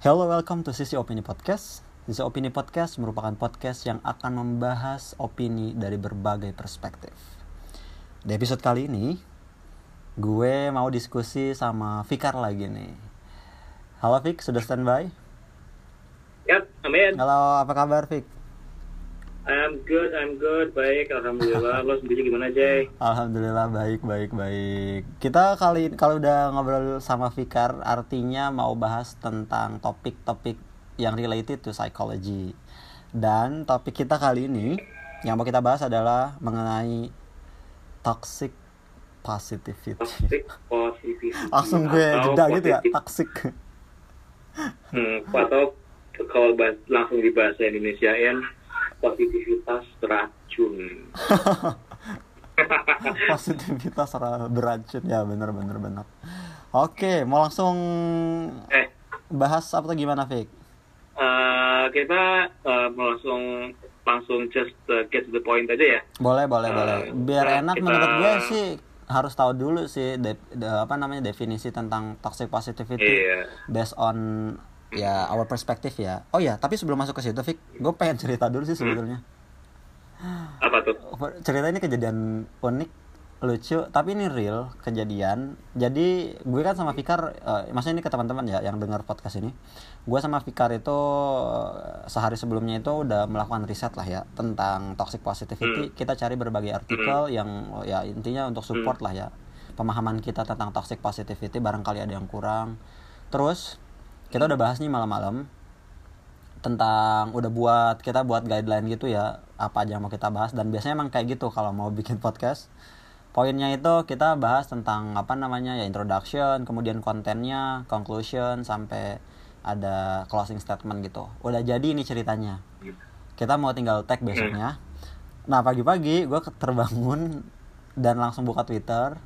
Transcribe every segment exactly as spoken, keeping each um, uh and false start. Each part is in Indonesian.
Hello, welcome to Sisi Opini Podcast. Sisi Opini Podcast merupakan podcast yang akan membahas opini dari berbagai perspektif. Di episode kali ini, gue mau diskusi sama Fikar lagi nih. Halo Fik, sudah standby? Yap, amin. Halo, apa kabar Fik? I'm good, I'm good, baik, alhamdulillah. Lo sendiri gimana, Jay? Alhamdulillah baik, baik, baik. Kita kali kalau udah ngobrol sama Fikar, artinya mau bahas tentang topik-topik yang related to psychology. Dan topik kita kali ini yang mau kita bahas adalah mengenai toxic positivity. Toxic positivity. Langsung gue jeda gitu ya, toxic. Hmm, atau kalau bahas, langsung di bahasa Indonesiain, positivitas beracun. Positivitas beracun, ya benar benar benar. Oke, mau langsung Eh, bahas apa tuh gimana, Fik? uh, kita uh, mau langsung langsung just uh, get to the point aja ya. Boleh, boleh, Uh, boleh. Biar uh, enak kita- menurut gue sih harus tahu dulu sih de- de- apa namanya definisi tentang toxic positivity Iya. based on ya our perspective ya. Oh ya, tapi sebelum masuk ke situ, Fik, gue pengen cerita dulu sih sebetulnya. Apa tuh? Cerita ini kejadian unik, lucu, tapi ini real kejadian. Jadi gue kan sama Fikar, uh, maksudnya ini ke teman-teman ya yang dengar podcast ini. Gue sama Fikar itu uh, sehari sebelumnya itu udah melakukan riset lah ya tentang toxic positivity. Hmm. Kita cari berbagai artikel yang ya intinya untuk support lah ya pemahaman kita tentang toxic positivity. Barangkali ada yang kurang. Terus kita udah bahas nih malam-malam tentang udah buat kita buat guideline gitu ya, apa aja yang mau kita bahas. Dan biasanya emang kayak gitu kalau mau bikin podcast. Poinnya itu kita bahas tentang apa namanya ya introduction, kemudian kontennya, conclusion, sampai ada closing statement gitu. Udah jadi ini ceritanya. Kita mau tinggal tag besoknya. Nah pagi-pagi gue terbangun dan langsung buka Twitter.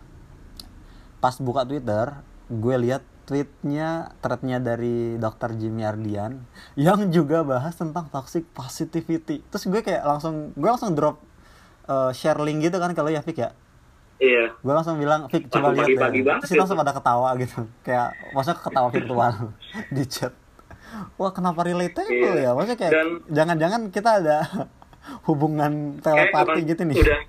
Pas buka Twitter, gue lihat tweetnya, threadnya dari dokter Jimmy Ardian yang juga bahas tentang toxic positivity. Terus gue kayak langsung, gue langsung drop uh, share link gitu kan kalau ya Fik ya. Iya. Gue langsung bilang, Fik coba Langsung lihat pagi-pagi deh. banget Terus kita langsung pada ketawa gitu. Kayak maksudnya ketawa virtual di chat. Wah kenapa relatable Iya. ya? Maksudnya kayak Dan- jangan-jangan kita ada hubungan Kayak telepati emang gitu nih. Sudah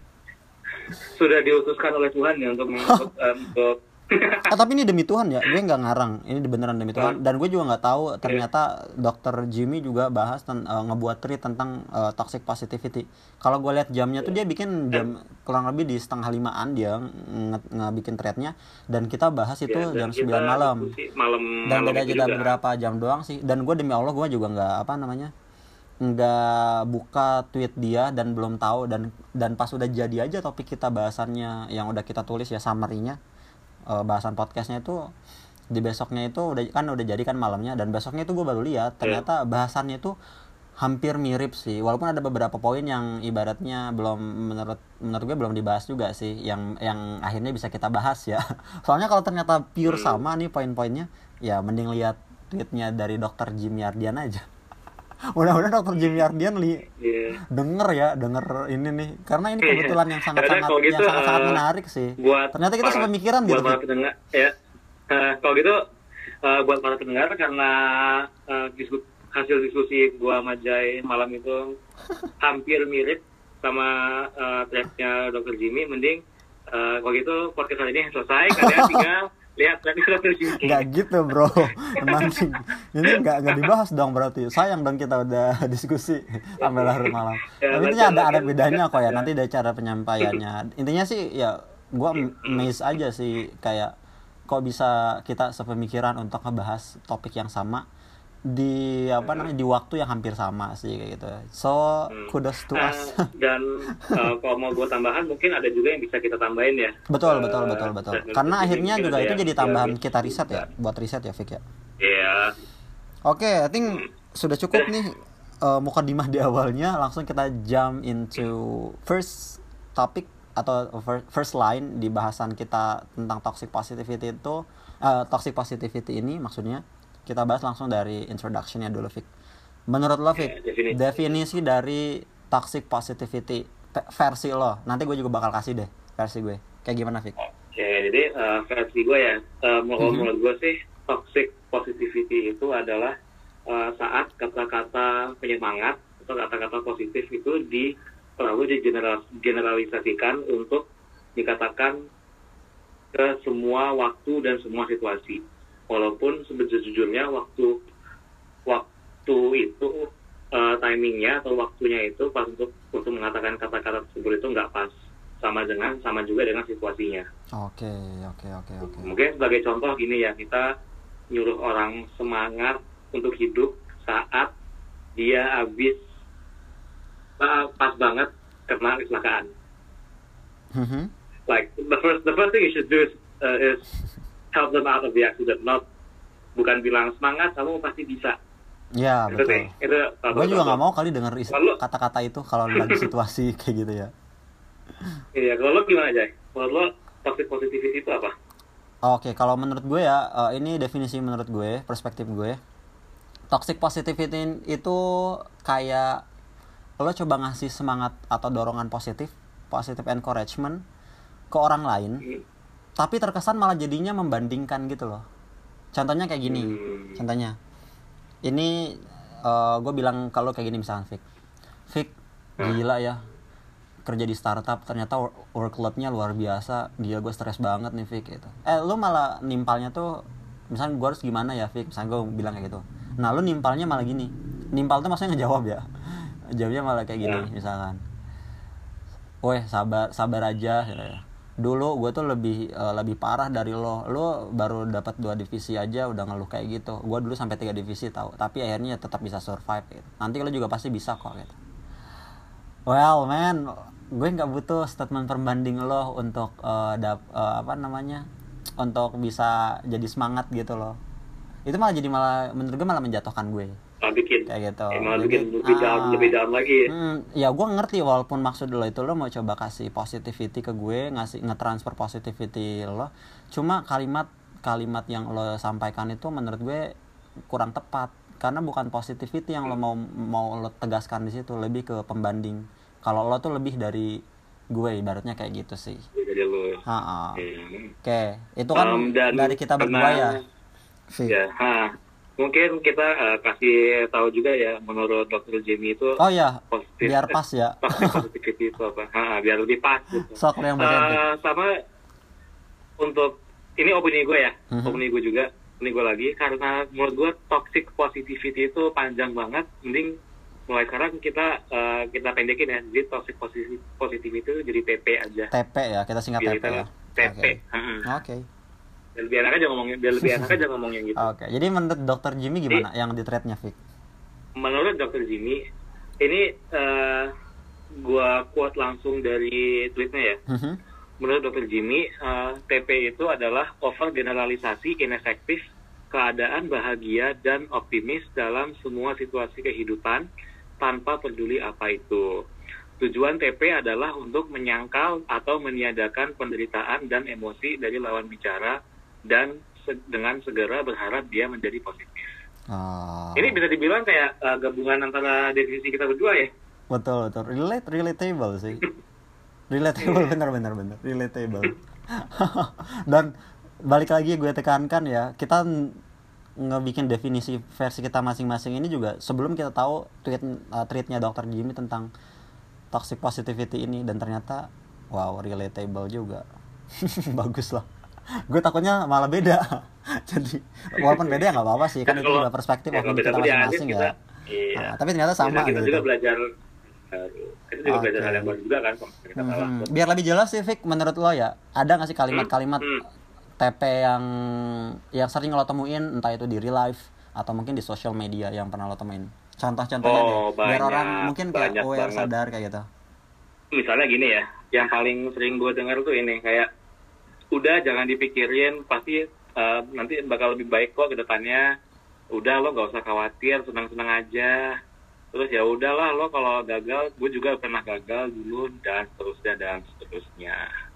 sudah diutuskan oleh Tuhan ya untuk untuk, um, untuk Ah, tapi ini demi Tuhan ya, gue nggak ngarang, ini beneran demi Tuhan. Dan gue juga nggak tahu ternyata dokter Jimmy juga bahas ten- uh, ngebuat tweet tentang uh, toxic positivity. Kalau gue lihat jamnya tuh dia bikin jam kurang lebih di setengah limaan dia nge- ngebikin threadnya, dan kita bahas itu Ya, dan jam kita sembilan malam. diskusi malam Dan malam beda itu jeda juga. beberapa jam doang sih. Dan gue demi Allah gue juga nggak apa namanya nggak buka tweet dia dan belum tahu, dan dan pas udah jadi aja topik kita bahasannya yang udah kita tulis ya summary-nya. Uh, bahasan podcastnya itu di besoknya itu udah kan udah jadi kan malamnya, dan besoknya itu gue baru lihat ternyata bahasannya itu hampir mirip sih, walaupun ada beberapa poin yang ibaratnya belum menurut menurut gue belum dibahas juga sih, yang yang akhirnya bisa kita bahas ya. Soalnya kalau ternyata pure sama nih poin-poinnya, ya mending lihat tweetnya dari dokter Jimmy Ardian aja. Mudah-mudahan dokter Jimmy Ardian li Iya. denger ya, denger ini nih, karena ini kebetulan yang sangat-sangat Karena kalau gitu, yang sangat-sangat uh, menarik sih. buat Ternyata kita para- sepemikiran buat gitu. para Fik. pendengar ya. Eh, kalau gitu eh, buat para pendengar, karena eh, disku- hasil diskusi gua sama Jai malam itu hampir mirip sama uh, threadnya dokter Jimmy, mending eh, kalau gitu podcast hari ini selesai, kalian tinggal lihat threadnya dokter Jimmy. Nggak gitu bro, nanti ini nggak nggak dibahas dong, berarti sayang dong kita udah diskusi sampai larut malam. Ya, Tapi intinya ada baca- ada baca- bedanya kok ya, baca. nanti dari cara penyampaiannya. Intinya sih ya gue amazed aja sih, kayak kok bisa kita sepemikiran untuk ngebahas topik yang sama di apa namanya di waktu yang hampir sama sih kayak gitu. So kudos to Eh, us. dan eh, kalau mau gue tambahan, mungkin ada juga yang bisa kita tambahin ya. Betul Eh, betul betul betul. dan- Karena dan akhirnya mungkin juga ada itu yang- jadi tambahan yang- kita riset ya, buat riset ya Fik ya. Iya. Oke, I think sudah cukup nih uh, mukadimah di awalnya. Langsung kita jump into first topic atau fir- first line di bahasan kita tentang toxic positivity itu. Uh, toxic positivity ini maksudnya kita bahas langsung dari introduction-nya dulu, Fik. Menurut lo, Fik, Ya, definisi. definisi dari toxic positivity pe- versi lo. Nanti gue juga bakal kasih deh versi gue. Kayak gimana, Fik? Oke, jadi eh, versi gue ya, uh, menurut Mhm. menurut gue sih toxic positivity itu adalah uh, saat kata-kata penyemangat atau kata-kata positif itu di terlalu digeneralisasikan untuk dikatakan ke semua waktu dan semua situasi. Walaupun sejujurnya waktu waktu itu uh, timingnya atau waktunya itu pas untuk untuk mengatakan kata-kata tersebut itu nggak pas sama dengan sama juga dengan situasinya. Oke, oke, oke, oke. Mungkin sebagai contoh gini ya, kita nyuruh orang semangat untuk hidup saat dia habis uh, pas banget kena kecelakaan. Mm-hmm. Like the first the first thing you should do is, uh, is help them out of the accident, not bukan bilang semangat kamu pasti bisa. Ya itu betul. Sih, itu gue juga nggak mau kali denger is- kata-kata itu kalau lagi situasi kayak gitu ya. Iya, kalau lo gimana Jay? Kalau lo toxic positivity itu apa? Oke, kalau menurut gue ya, uh, ini definisi menurut gue, perspektif gue. Toxic positivity itu kayak lo coba ngasih semangat atau dorongan positif, positive encouragement ke orang lain, hmm. tapi terkesan malah jadinya membandingkan gitu loh. Contohnya kayak gini, hmm. contohnya, ini uh, gue bilang kalau kayak gini misalkan, Fik, Fik, gila ya, kerja di startup ternyata workload-nya luar biasa, gila gue stres banget nih, Fik, gitu. Eh, lu malah nimpalnya tuh, misalnya gue harus gimana ya, Fik, misalnya gue bilang kayak gitu. Nah, lu nimpalnya malah gini, nimpal tuh maksudnya ngejawab ya, jawabnya malah kayak gini, misalkan, weh sabar sabar aja, gitu ya. Dulu gue tuh lebih uh, lebih parah dari lo, lo baru dapat dua divisi aja udah ngeluh kayak gitu, gue dulu sampai tiga divisi tahu, tapi akhirnya tetap bisa survive gitu. Nanti lo juga pasti bisa kok gitu. Well man, gue nggak butuh statement perbanding lo untuk uh, dap, uh, apa namanya untuk bisa jadi semangat gitu loh. Itu malah jadi malah menurut gue malah menjatuhkan gue. Malah bikin kayak gitu. Eh, malah bikin lebih ah, down lebih down lagi. Hmm, ya gue ngerti walaupun maksud lo itu lo mau coba kasih positivity ke gue, ngasih ngetransfer positivity lo, cuma kalimat kalimat yang lo sampaikan itu menurut gue kurang tepat karena bukan positivity yang lo mau mau lo tegaskan di situ, lebih ke pembanding. Kalau lo tuh lebih dari gue, ibaratnya kayak gitu sih. Dari lo. Ha-ha. Hmm. Oke, itu kan um, dari kita berdua ya. Ya, ha. Mungkin kita uh, kasih tahu juga ya menurut dokter Jamie itu. Oh ya, positif, biar pas ya. Positivity itu apa? Ha, biar lebih pas gitu. Sok yang uh, sama untuk ini opini gue ya, mm-hmm. opini gue juga, opini gue lagi karena menurut gue toxic positivity itu panjang banget. Mending mulai sekarang kita uh, kita pendekin ya, jadi toxic positivity itu jadi T P aja. T P ya, kita singkat T P ya. T P. Oke. Okay. Okay. Biar lebih enak aja ngomongin, biar lebih enak aja ngomongnya gitu. Oke, okay. Jadi menurut dokter Jimmy gimana jadi, yang di thread-nya, Fik? Menurut dokter Jimmy, ini uh, gua quote langsung dari tweetnya ya. Mm-hmm. Menurut dokter Jimmy, uh, T P itu adalah overgeneralisasi inefektif keadaan bahagia dan optimis dalam semua situasi kehidupan tanpa peduli apa itu. Tujuan T P adalah untuk menyangkal atau meniadakan penderitaan dan emosi dari lawan bicara dan se- dengan segera berharap dia menjadi positif. Oh. Ini bisa dibilang kayak uh, gabungan antara definisi kita berdua ya. Betul, betul. Relate, relatable sih. Relatable, benar, benar, benar. Relatable. Dan balik lagi gue tekankan ya, kita ngebikin definisi versi kita masing-masing ini juga sebelum kita tahu tweet uh, tweetnya dokter Jimmy tentang toxic positivity ini, dan ternyata wow, relatable juga. Bagus lah. Gue takutnya malah beda. Jadi walaupun beda ya nggak apa-apa sih, kan itu juga perspektif ya, opini kita masing-masing kita, ya. Iya. Nah, tapi ternyata sama kita gitu. Juga belajar, kita juga okay. belajar hal yang baru juga kan. Kita hmm. salah. Biar lebih jelas sih, Fik, menurut lo ya, ada nggak sih kalimat-kalimat hmm. T P yang yang sering lo temuin, entah itu di real life atau mungkin di social media yang pernah lo temuin? Contoh-contohnya oh, deh, biar banyak, orang mungkin kayak aware, banget. sadar kayak gitu. Misalnya gini ya, yang paling sering gue dengar tuh ini, kayak udah jangan dipikirin, pasti uh, nanti bakal lebih baik kok ke depannya. Udah lo nggak usah khawatir, senang-senang aja. Terus ya udahlah, lo kalau gagal, gue juga pernah gagal dulu, dan seterusnya dan seterusnya.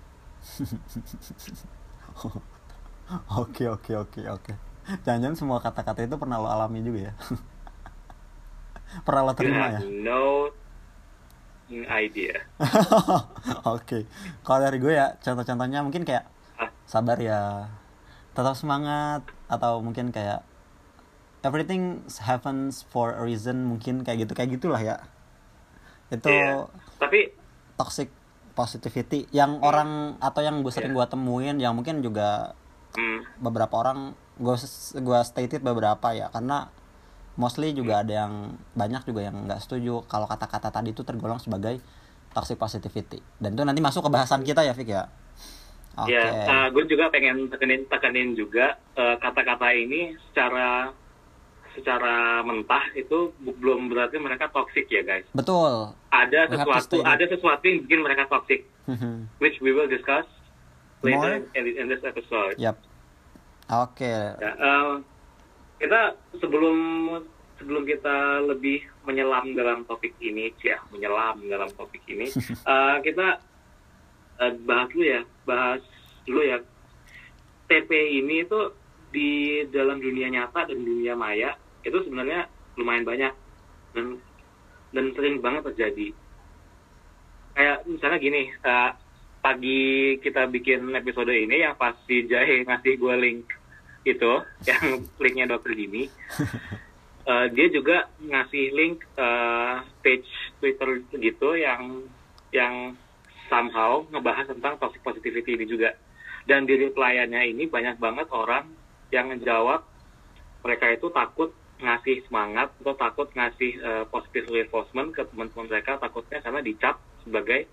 Oke oke oke oke. Jangan-jangan semua kata-kata itu pernah lo alami juga ya? Pernah lo terima ya? No idea. Oke. Okay. Kalau dari gue ya, contoh-contohnya mungkin kayak sabar ya, tetap semangat, atau mungkin kayak everything happens for a reason, mungkin kayak gitu kayak gitulah ya. Itu yeah. Tapi toxic positivity yang hmm. orang atau yang gue sering yeah. gue temuin, yang mungkin juga hmm. beberapa orang gue gue stated beberapa ya, karena mostly juga hmm. ada yang banyak juga yang nggak setuju kalau kata-kata tadi itu tergolong sebagai toxic positivity, dan itu nanti masuk ke bahasan kita ya, Fik ya. Oke. Okay. Ya, uh, gue juga pengen tekenin tekenin juga uh, kata-kata ini secara secara mentah itu belum berarti mereka toxic ya, guys. Betul. Ada sesuatu ada sesuatu yang bikin mereka toxic, which we will discuss later in, in this episode. Yep. Oke. Okay. Ya, uh, kita sebelum sebelum kita lebih menyelam dalam topik ini, ya menyelam dalam topik ini, uh, kita Uh, bahas dulu ya, bahas dulu ya. T P ini itu di dalam dunia nyata dan dunia maya itu sebenarnya lumayan banyak dan dan sering banget terjadi. Kayak misalnya gini, uh, pagi kita bikin episode ini yang pas si Jai ngasih gue link itu, yang linknya dokter Dini, uh, dia juga ngasih link uh, page Twitter gitu yang yang somehow ngebahas tentang toxic positivity ini juga. Dan di replyannya ini banyak banget orang yang ngejawab mereka itu takut ngasih semangat atau takut ngasih uh, positive reinforcement ke teman-teman mereka, takutnya karena dicap sebagai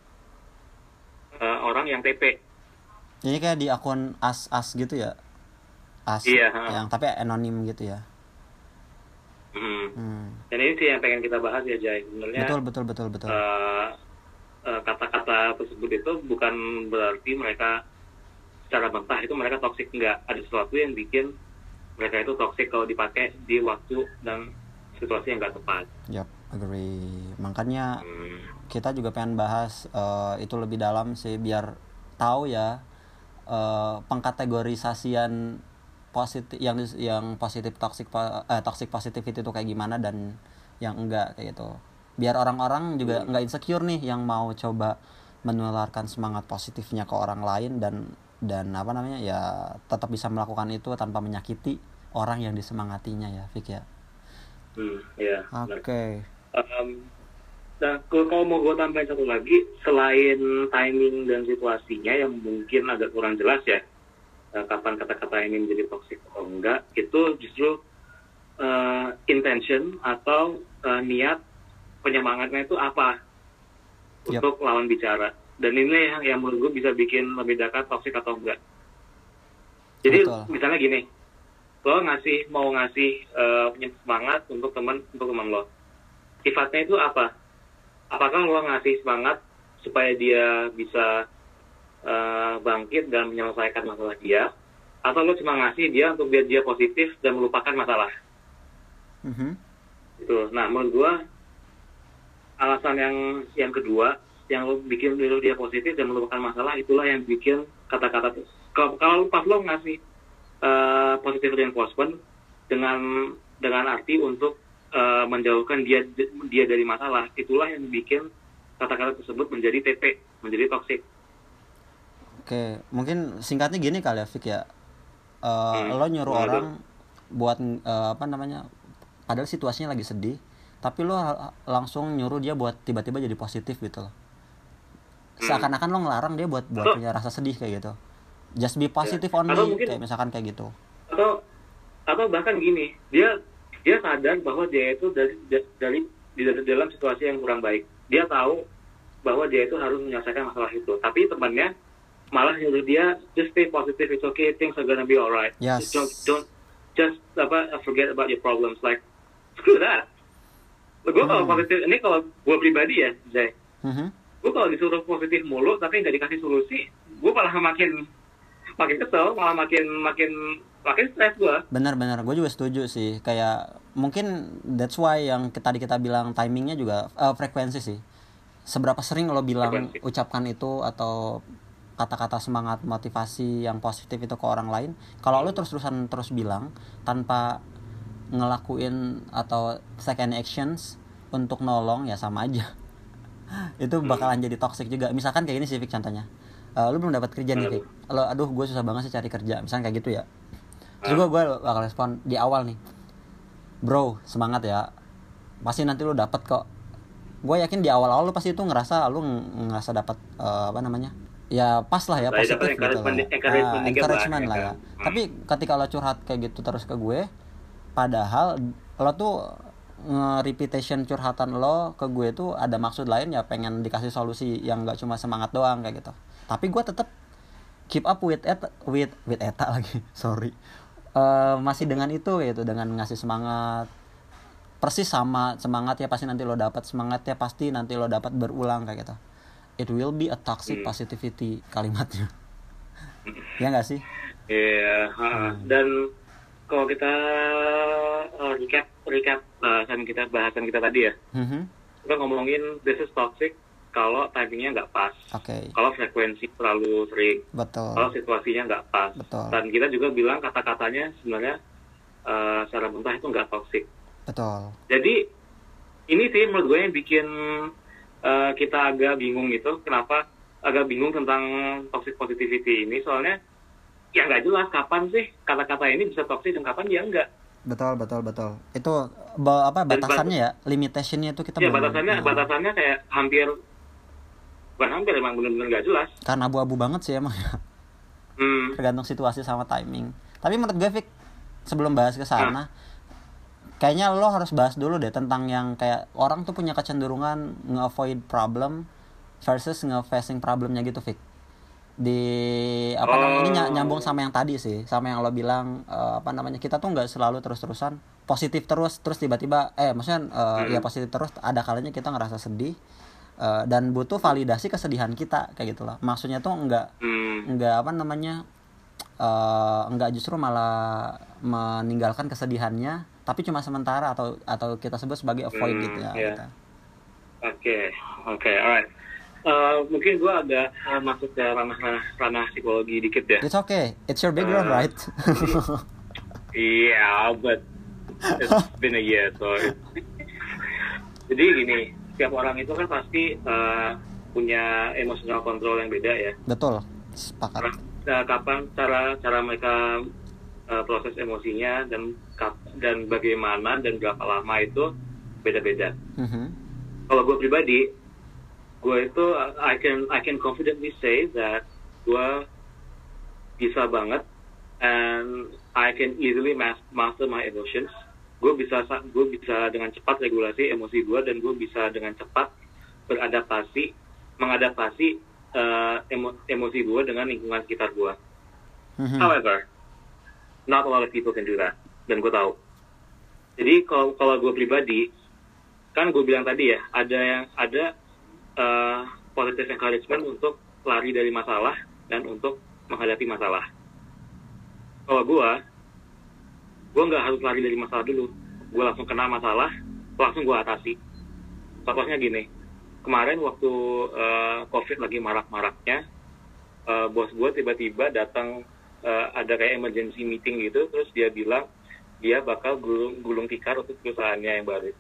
uh, orang yang T P. Ini kayak di akun as-as gitu ya? As, iya, yang tapi anonim gitu ya? Hmm. Hmm. Dan ini sih yang pengen kita bahas ya, Jai. Sebenarnya betul, betul, betul, betul. Uh, kata-kata tersebut itu bukan berarti mereka secara mentah itu mereka toksik, enggak. Ada sesuatu yang bikin mereka itu toksik kalau dipakai di waktu dan situasi yang enggak tepat. Yap, agree. Makanya hmm. kita juga pengen bahas uh, itu lebih dalam sih, biar tahu ya uh, pengkategorisasian positif yang yang positif toxic eh, toxic positivity itu kayak gimana dan yang enggak kayak gitu. Biar orang-orang juga nggak insecure nih yang mau coba menularkan semangat positifnya ke orang lain dan dan apa namanya ya tetap bisa melakukan itu tanpa menyakiti orang yang disemangatinya ya, Fik ya. Hmm, ya. Oke. Okay. Um, nah, kalau mau gue tambahin satu lagi, selain timing dan situasinya yang mungkin agak kurang jelas ya, uh, kapan kata-kata ini menjadi toksik atau enggak, itu justru uh, intention atau uh, niat penyemangatnya itu apa yep. untuk lawan bicara. Dan ini yang, yang menurut gue bisa bikin membedakan toksik atau enggak. Jadi betul. Misalnya gini, lo ngasih mau ngasih uh, semangat untuk teman untuk teman lo, sifatnya itu apa? Apakah lo ngasih semangat supaya dia bisa uh, bangkit dan menyelesaikan masalah dia, atau lo cuma ngasih dia untuk biar dia positif dan melupakan masalah? Mm-hmm. Itu. Nah, menurut gue alasan yang yang kedua, yang lo bikin dulu dia positif dan melupakan masalah, itulah yang bikin kata-kata kalau kalau pas lo ngasih uh, positive reinforcement dengan dengan arti untuk uh, menjauhkan dia dia dari masalah, itulah yang bikin kata-kata tersebut menjadi T P, menjadi toxic. Oke, mungkin singkatnya gini kali ya, Fik ya. Uh, hmm. Lo nyuruh hmm. orang buat uh, apa namanya, padahal situasinya lagi sedih, tapi lo langsung nyuruh dia buat tiba-tiba jadi positif gitu loh. Seakan-akan lo ngelarang dia buat buat punya rasa sedih kayak gitu. Just be positive ya. Only, mungkin, kayak misalkan kayak gitu. Atau atau bahkan gini, dia dia sadar bahwa dia itu dari dari di dalam situasi yang kurang baik. Dia tahu bahwa dia itu harus menyelesaikan masalah itu. Tapi temannya malah nyuruh dia just stay positive, it's okay, things are gonna be alright. Yes. Just don't, don't just apa forget about your problems, like screw that. Gue hmm. kalau positif, ini kalau gue pribadi ya, Jay. Mm-hmm. Gue kalau disuruh positif mulu tapi nggak dikasih solusi, gue malah makin makin kesel, malah makin makin makin stres gue. Benar-benar, gue juga setuju sih. Kayak mungkin that's why yang tadi kita bilang timingnya juga uh, frekuensi sih. Seberapa sering lo bilang frekuensi. Ucapkan itu atau kata-kata semangat motivasi yang positif itu ke orang lain. Kalau lo terus-terusan terus bilang tanpa ngelakuin atau take any actions untuk nolong, ya sama aja. Itu bakalan jadi toxic juga. Misalkan kayak gini sih, Fik, contohnya. Uh, lu belum dapat kerja nih, Fik. Lo, aduh, gue susah banget sih cari kerja. Misalkan kayak gitu ya. Terus gue gue bakal respon di awal nih. bro semangat ya, pasti nanti lu dapet kok. Gue yakin di awal-awal lu pasti itu ngerasa lu ng- ngerasa dapat uh, apa namanya ya pas lah ya, Saya positif dapat gitu lah encouragement, ya. encouragement, Ah, juga encouragement lah, lah ya ya kan? Hmm. tapi ketika lo curhat kayak gitu terus ke gue, padahal lo tuh nge-repetition curhatan lo ke gue tuh ada maksud lain ya, pengen dikasih solusi yang gak cuma semangat doang kayak gitu. Tapi gue tetap keep up with et with with eta lagi sorry Eh, masih dengan itu gitu, dengan ngasih semangat persis sama semangat ya pasti nanti lo dapat, semangat ya pasti nanti lo dapat, berulang kayak gitu. It will be a toxic Hmm. positivity kalimatnya. Ya nggak sih? Iya, ha. Hmm. Dan kalau kita uh, recap recap bahasan kita bahasan kita tadi ya, Mhm. kita ngomongin this is toxic kalau timingnya nggak pas, Oke, kalau frekuensi terlalu sering, betul. kalau situasinya nggak pas. Betul. Dan kita juga bilang kata-katanya sebenarnya uh, secara mentah itu nggak toxic. Betul. Jadi ini sih menurut gue yang bikin uh, kita agak bingung gitu, kenapa agak bingung tentang toxic positivity ini, soalnya ya nggak jelas kapan sih kata-kata ini bisa toxic dan kapan dia enggak. Betul, betul, betul. Itu ba- apa Dan batasannya ya, limitationnya itu kita Ya belum- batasannya nah, batasannya kayak hampir bukan hampir emang benar-benar nggak jelas. karena abu-abu banget sih emang ya. Hmm. Tergantung situasi sama timing. Tapi menurut gue Fik, sebelum bahas ke sana, kayaknya lo harus bahas dulu deh tentang yang kayak orang tuh punya kecenderungan nge-avoid problem versus nge-facing problemnya gitu, Fik. Di apa Oh. namanya, ini ny- nyambung sama yang tadi sih, sama yang lo bilang eh, apa namanya, kita tuh nggak selalu terus-terusan positif terus terus tiba-tiba eh maksudnya eh, Hmm. ya positif terus, ada kalanya kita ngerasa sedih eh, dan butuh validasi kesedihan kita kayak gitu loh. Maksudnya tuh nggak Hmm. nggak apa namanya eh, nggak justru malah meninggalkan kesedihannya, tapi cuma sementara atau atau kita sebut sebagai avoid Hmm, gitu ya. iya. Gitu. Oke, oke, alright. Uh, mungkin gue agak uh, masuk ke ranah-ranah ranah psikologi dikit ya. It's okay, it's your background, Uh, right? Yeah, but it's been a year, so it- jadi gini, setiap orang itu kan pasti uh, punya emotional control yang beda ya. Betul, sepakat. Karena uh, kapan cara cara mereka uh, proses emosinya dan kap- dan bagaimana dan berapa lama itu beda-beda. Mhm. Kalau gue pribadi, gue itu uh, I can I can confidently say that gue bisa banget and I can easily mas- master my emotions. Gue bisa gue bisa dengan cepat regulasi emosi gue dan gue bisa dengan cepat beradaptasi mengadaptasi uh, emo- emosi gue dengan lingkungan sekitar gue. Mhm. However, not a lot of people can do that, dan gue tahu. Jadi kalau kalau gue pribadi, kan gue bilang tadi ya, ada yang ada uh, positive encouragement untuk lari dari masalah dan untuk menghadapi masalah. Kalau gue, gue nggak harus lari dari masalah dulu. Gue langsung kena masalah, langsung gue atasi. Contohnya gini, kemarin waktu uh, COVID lagi marak-maraknya, uh, bos gue tiba-tiba datang, uh, ada kayak emergency meeting gitu, terus dia bilang dia bakal gulung, gulung tikar untuk perusahaannya yang baru.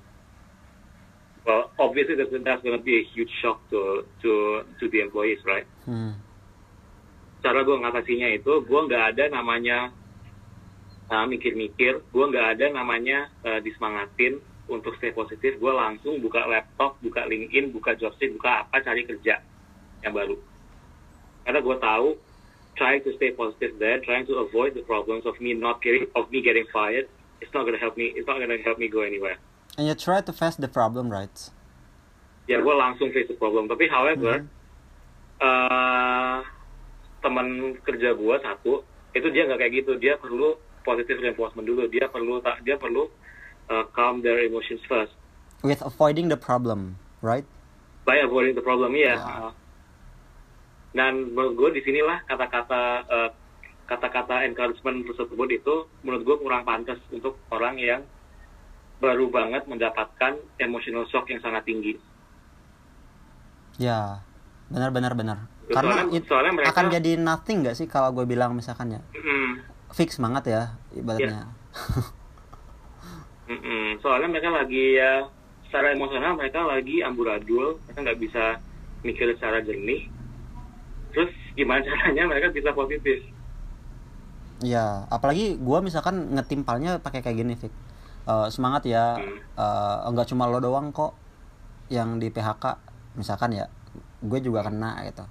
Well, obviously that's, that's going to be a huge shock to to to the employees, right? Hmm. Cara gue ngatasinya itu, gue nggak ada namanya uh, mikir-mikir, gue nggak ada namanya uh, disemangatin untuk stay positif. Gue langsung buka laptop, buka LinkedIn, buka Jobstreet, buka apa, cari kerja yang baru. Karena gue tahu, trying to stay positive there, trying to avoid the problems of me not getting of me getting fired, it's not going to help me. It's not going to help me go anywhere. And you try to face the problem, right? Ya gue langsung face the problem. Tapi however, Mhm. uh, teman kerja gue satu itu dia nggak kayak gitu. Dia perlu positive reinforcement dulu. Dia perlu tak dia perlu uh, calm their emotions first With avoiding the problem, right? by avoiding the problem ya. Ya. Dan menurut gue disinilah kata-kata uh, kata-kata encouragement tersebut itu menurut gue kurang pantas untuk orang yang baru banget mendapatkan emotional shock yang sangat tinggi. Ya, benar-benar benar. Soalnya- Karena it soalnya mereka- akan jadi nothing nggak sih kalau gue bilang misalkan ya, Mm. fix banget ya ibaratnya. Mm-mm. Soalnya mereka lagi ya secara emosional mereka lagi amburadul, mereka nggak bisa mikir secara jernih. Terus gimana caranya mereka bisa positif? Ya, apalagi gue misalkan ngetimpalnya pakai kayak gini, Fik. uh, semangat ya, Hmm. uh, enggak cuma lo doang kok yang di P H K misalkan ya, gue juga kena gitu,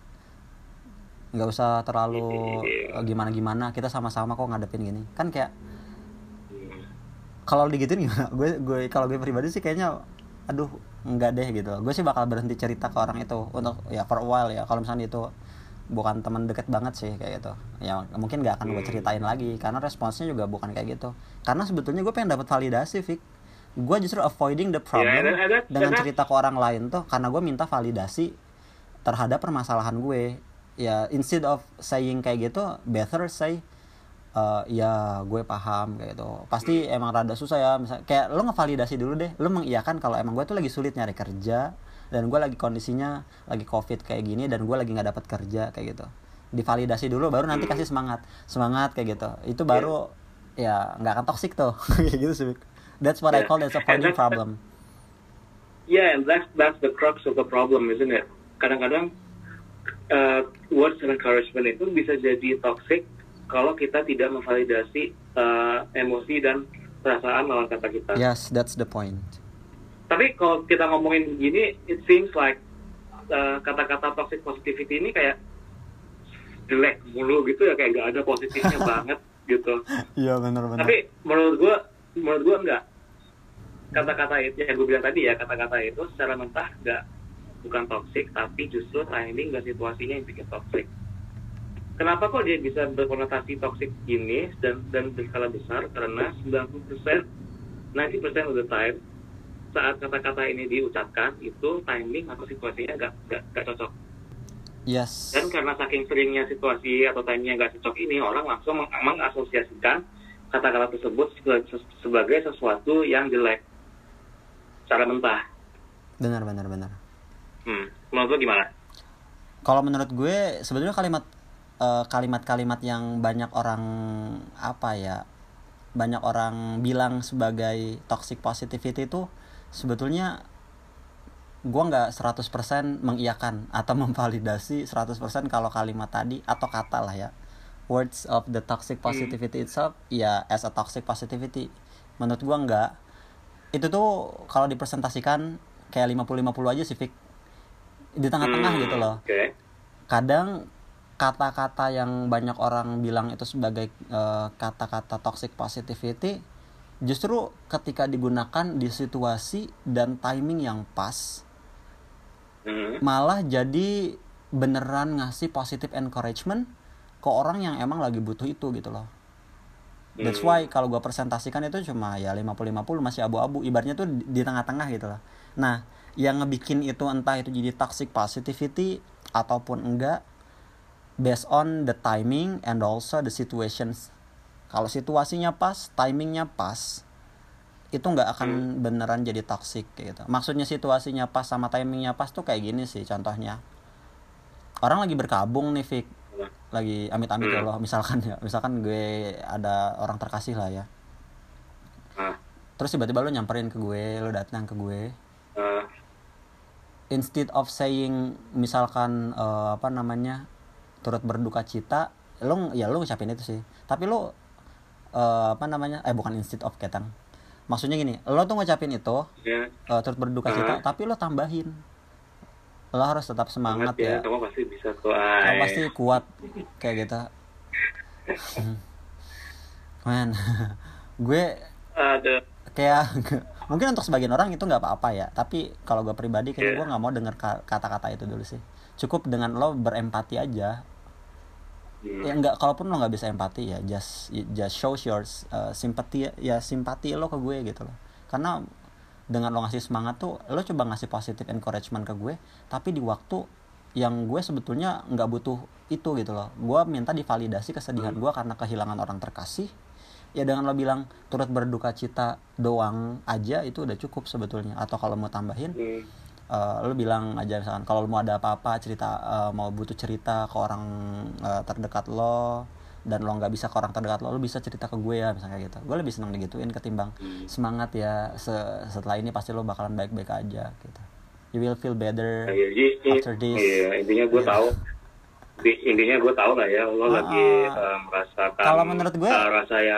nggak usah terlalu uh, gimana-gimana, kita sama-sama kok ngadepin gini kan. Kayak Hmm. kalau digituin gimana, gue gue kalau gue pribadi sih kayaknya aduh enggak deh gitu. Gue sih bakal berhenti cerita ke orang itu untuk ya for a while ya, kalau misalnya itu bukan teman deket banget sih kayak gitu ya, mungkin nggak akan gue ceritain lagi karena responsnya juga bukan kayak gitu. Karena sebetulnya gue pengen dapat validasi, Vic. Gue justru avoiding the problem Ya, ada- ada- dengan ada. cerita ke orang lain tuh karena gue minta validasi terhadap permasalahan gue. Ya instead of saying kayak gitu, better say uh, ya gue paham kayak gitu. Pasti emang rada susah ya, misalnya kayak lo ngevalidasi dulu deh, lo mengiyakan kalau emang gue tuh lagi sulit nyari kerja dan gue lagi kondisinya lagi covid kayak gini dan gue lagi nggak dapat kerja kayak gitu. Divalidasi dulu baru nanti kasih semangat semangat kayak gitu. Itu baru yeah. ya nggak akan toxic tuh. Kayak gitu sih. That's what yeah. I call as a avoiding problem. Yeah, and that's that's the crux of the problem, isn't it? Kadang-kadang uh, words and encouragement itu bisa jadi toxic kalau kita tidak memvalidasi uh, emosi dan perasaan lawan kata kita. Yes, that's the point. Tapi kalau kita ngomongin gini, it seems like uh, kata-kata toxic positivity ini kayak jelek mulu gitu ya, kayak gak ada positifnya banget gitu. Iya benar-benar. Tapi menurut gue, menurut gue enggak. Kata-kata itu yang gue bilang tadi ya, kata-kata itu secara mentah enggak, bukan toxic, tapi justru timing dan situasinya yang bikin toxic. Kenapa kok dia bisa berkonotasi toxic gini dan dan berskala besar? Karena sembilan puluh persen, sembilan puluh persen of the time saat kata-kata ini diucapkan itu timing atau situasinya nggak nggak cocok. Yes. Dan karena saking seringnya situasi atau timingnya nggak cocok ini, orang langsung meng- mengasosiasikan kata-kata tersebut sebagai sesuatu yang jelek secara mentah. Benar benar benar. Hmm, menurut lo gimana? Kalau menurut gue sebetulnya kalimat uh, kalimat-kalimat yang banyak orang apa ya banyak orang bilang sebagai toxic positivity itu sebetulnya gue nggak seratus persen mengiyakan atau memvalidasi seratus persen kalau kalimat tadi atau kata lah ya, words of the toxic positivity hmm. itself ya as a toxic positivity. Menurut gue nggak, itu tuh kalau dipresentasikan kayak lima puluh lima puluh aja sih, Vic, di tengah-tengah hmm, gitu loh. Okay. Kadang kata-kata yang banyak orang bilang itu sebagai uh, kata-kata toxic positivity justru ketika digunakan di situasi dan timing yang pas hmm. malah jadi beneran ngasih positive encouragement ke orang yang emang lagi butuh itu gitu loh. That's why kalau gue presentasikan itu cuma ya lima puluh lima puluh, masih abu-abu, ibaratnya tuh di tengah-tengah gitu loh. Nah yang ngebikin itu entah itu jadi toxic positivity ataupun enggak based on the timing and also the situations. Kalau situasinya pas, timingnya pas, itu nggak akan hmm. beneran jadi toxic gitu. Maksudnya situasinya pas sama timingnya pas tuh kayak gini sih contohnya. Orang lagi berkabung nih, Vic, lagi amit-amit hmm. ya Allah, misalkan ya, misalkan gue ada orang terkasih lah ya. Uh. Terus tiba-tiba lo nyamperin ke gue, lo datang ke gue. Uh. Instead of saying misalkan uh, apa namanya turut berduka cita, lo ya lo ngucapin itu sih. Tapi lo Uh, apa namanya eh bukan instead of ketang, maksudnya gini, lo tuh ngucapin itu yeah. uh, turut berduka cita, uh-huh. tapi lo tambahin lo harus tetap semangat ya, ya. Kamu pasti bisa kok, kamu pasti kuat kayak gitu. Man, gue Aduh. kayak mungkin untuk sebagian orang itu nggak apa-apa ya, tapi kalau gue pribadi kayak yeah. gue nggak mau denger kata-kata itu dulu sih. Cukup dengan lo berempati aja. Hmm. Ya enggak, kalaupun lo nggak bisa empati ya just just show your uh, simpati ya simpati lo ke gue gitu loh. Karena dengan lo ngasih semangat tuh lo coba ngasih positive encouragement ke gue, tapi di waktu yang gue sebetulnya nggak butuh itu gitu loh. Gue minta divalidasi kesedihan gue karena kehilangan orang terkasih. Ya dengan lo bilang turut berduka cita doang aja itu udah cukup sebetulnya. Atau kalau mau tambahin hmm. Uh, lo bilang aja misalkan kalau mau ada apa-apa cerita, uh, mau butuh cerita ke orang uh, terdekat lo dan lo nggak bisa ke orang terdekat lo, lo bisa cerita ke gue ya misalnya gitu. Gue lebih senang digituin ketimbang hmm. semangat ya se- setelah ini pasti lo bakalan baik-baik aja gitu. You will feel better ya, jadi, after this. Iya, intinya gue yeah. tahu. Intinya gue tahu lah ya lo ah, lagi uh, merasakan kalau menurut gue uh, rasa yang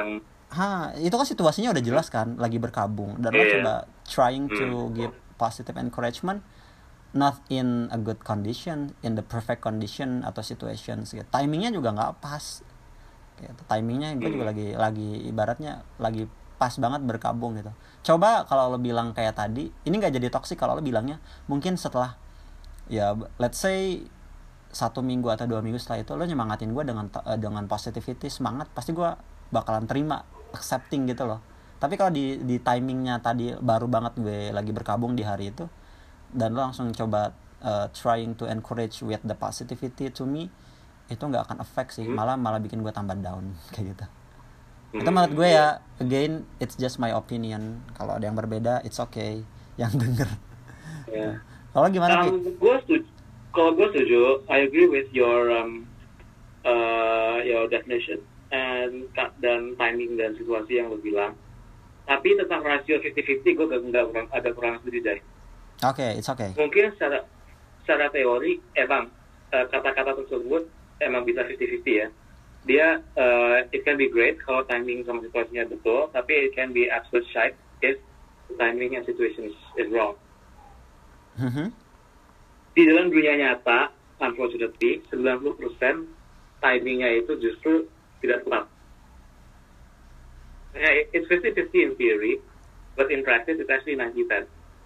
ha itu kan situasinya udah jelas kan, lagi berkabung, dan yeah. lo coba trying to hmm. give positive encouragement, not in a good condition, in the perfect condition atau situations gitu. Timingnya juga nggak pas gitu. Timingnya gue hmm. juga lagi lagi ibaratnya lagi pas banget berkabung gitu. Coba kalau lo bilang kayak tadi, ini nggak jadi toksik kalau lo bilangnya mungkin setelah ya let's say satu minggu atau dua minggu setelah itu lo nyemangatin gue dengan dengan positivity, semangat, pasti gue bakalan terima, accepting gitu loh. Tapi kalau di di timingnya tadi baru banget gue lagi berkabung di hari itu, dan lo langsung coba uh, trying to encourage with the positivity to me, itu nggak akan effect sih, malah malah bikin gue tambah down kayak gitu. Itu menurut gue ya, again it's just my opinion. Kalau ada yang berbeda it's okay yang denger. Yeah. Kalau gimana? Um, gue setuju. Kalau gue setuju, I agree with your um, uh, your definition and dan timing dan situasi yang lo bilang. Tapi tentang rasio fifty-fifty gue gak, gak kurang, agak kurang setuju deh. Oke, okay, it's okay. Mungkin secara secara teori emang uh, kata-kata tersebut emang bisa fifty-fifty ya. Dia uh, it can be great kalau timing sama situasinya betul, tapi it can be absolute shite if timing and situation is, is wrong. Mm-hmm. Di dalam dunia nyata, unfortunately, sembilan puluh persen timingnya itu justru tidak tepat. Yeah, it's fifty-fifty in theory, but in practice it's actually ninety ten.